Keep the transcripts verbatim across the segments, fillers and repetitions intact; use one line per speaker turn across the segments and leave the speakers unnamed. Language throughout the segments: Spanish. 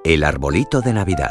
El arbolito de Navidad.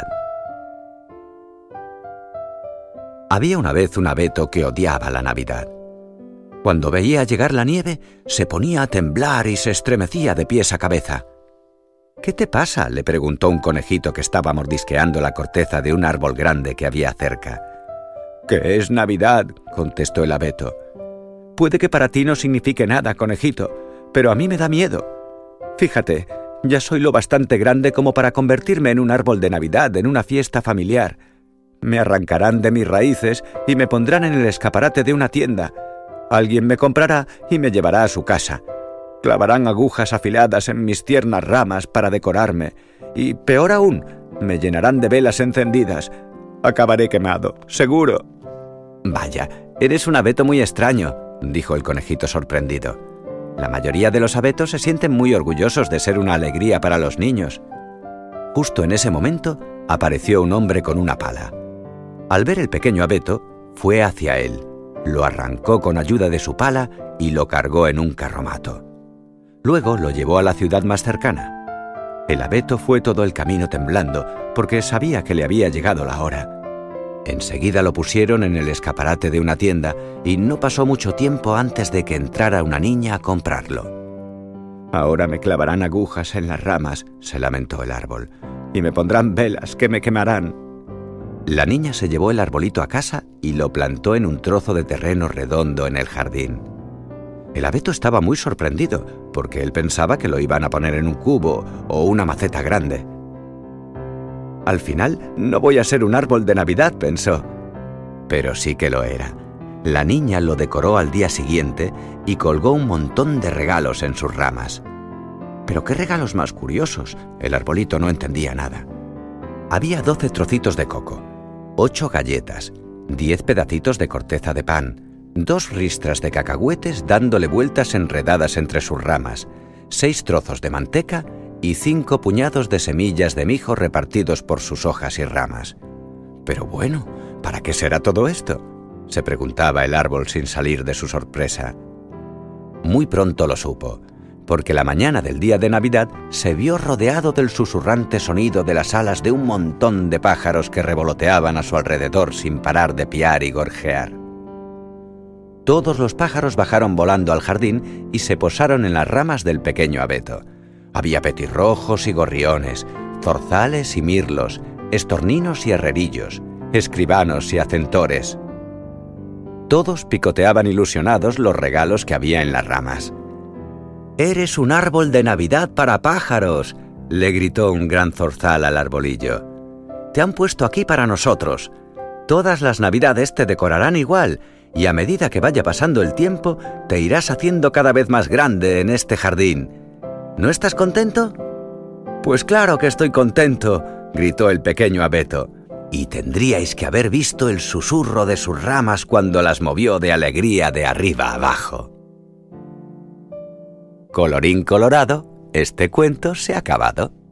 Había una vez un abeto que odiaba la Navidad. Cuando veía llegar la nieve, se ponía a temblar y se estremecía de pies a cabeza. «¿Qué te pasa?», le preguntó un conejito que estaba mordisqueando la corteza de un árbol grande que había cerca. «¿Qué es Navidad?», contestó el abeto. «Puede que para ti no signifique nada, conejito, pero a mí me da miedo. Fíjate, ya soy lo bastante grande como para convertirme en un árbol de Navidad en una fiesta familiar. Me arrancarán de mis raíces y me pondrán en el escaparate de una tienda. Alguien me comprará y me llevará a su casa. Clavarán agujas afiladas en mis tiernas ramas para decorarme. Y, peor aún, me llenarán de velas encendidas. Acabaré quemado, seguro». «Vaya, eres un abeto muy extraño», dijo el conejito sorprendido. «La mayoría de los abetos se sienten muy orgullosos de ser una alegría para los niños». Justo en ese momento apareció un hombre con una pala. Al ver el pequeño abeto, fue hacia él, lo arrancó con ayuda de su pala y lo cargó en un carromato. Luego lo llevó a la ciudad más cercana. El abeto fue todo el camino temblando, porque sabía que le había llegado la hora. Enseguida lo pusieron en el escaparate de una tienda y no pasó mucho tiempo antes de que entrara una niña a comprarlo. «Ahora me clavarán agujas en las ramas», se lamentó el árbol, «y me pondrán velas que me quemarán». La niña se llevó el arbolito a casa y lo plantó en un trozo de terreno redondo en el jardín. El abeto estaba muy sorprendido, porque él pensaba que lo iban a poner en un cubo o una maceta grande. «Al final no voy a ser un árbol de Navidad», pensó. Pero sí que lo era. La niña lo decoró al día siguiente y colgó un montón de regalos en sus ramas. ¿Pero qué regalos más curiosos? El arbolito no entendía nada. Había doce trocitos de coco, ocho galletas, diez pedacitos de corteza de pan, dos ristras de cacahuetes dándole vueltas enredadas entre sus ramas, seis trozos de manteca y cinco puñados de semillas de mijo repartidos por sus hojas y ramas. «Pero bueno, ¿para qué será todo esto?», se preguntaba el árbol sin salir de su sorpresa. Muy pronto lo supo, porque la mañana del día de Navidad se vio rodeado del susurrante sonido de las alas de un montón de pájaros que revoloteaban a su alrededor sin parar de piar y gorjear. Todos los pájaros bajaron volando al jardín y se posaron en las ramas del pequeño abeto. Había petirrojos y gorriones, zorzales y mirlos, estorninos y herrerillos, escribanos y acentores. Todos picoteaban ilusionados los regalos que había en las ramas. «¡Eres un árbol de Navidad para pájaros!», le gritó un gran zorzal al arbolillo. «Te han puesto aquí para nosotros. Todas las Navidades te decorarán igual, y a medida que vaya pasando el tiempo, te irás haciendo cada vez más grande en este jardín. ¿No estás contento?». «Pues claro que estoy contento», gritó el pequeño abeto. Y tendríais que haber visto el susurro de sus ramas cuando las movió de alegría de arriba abajo. Colorín colorado, este cuento se ha acabado.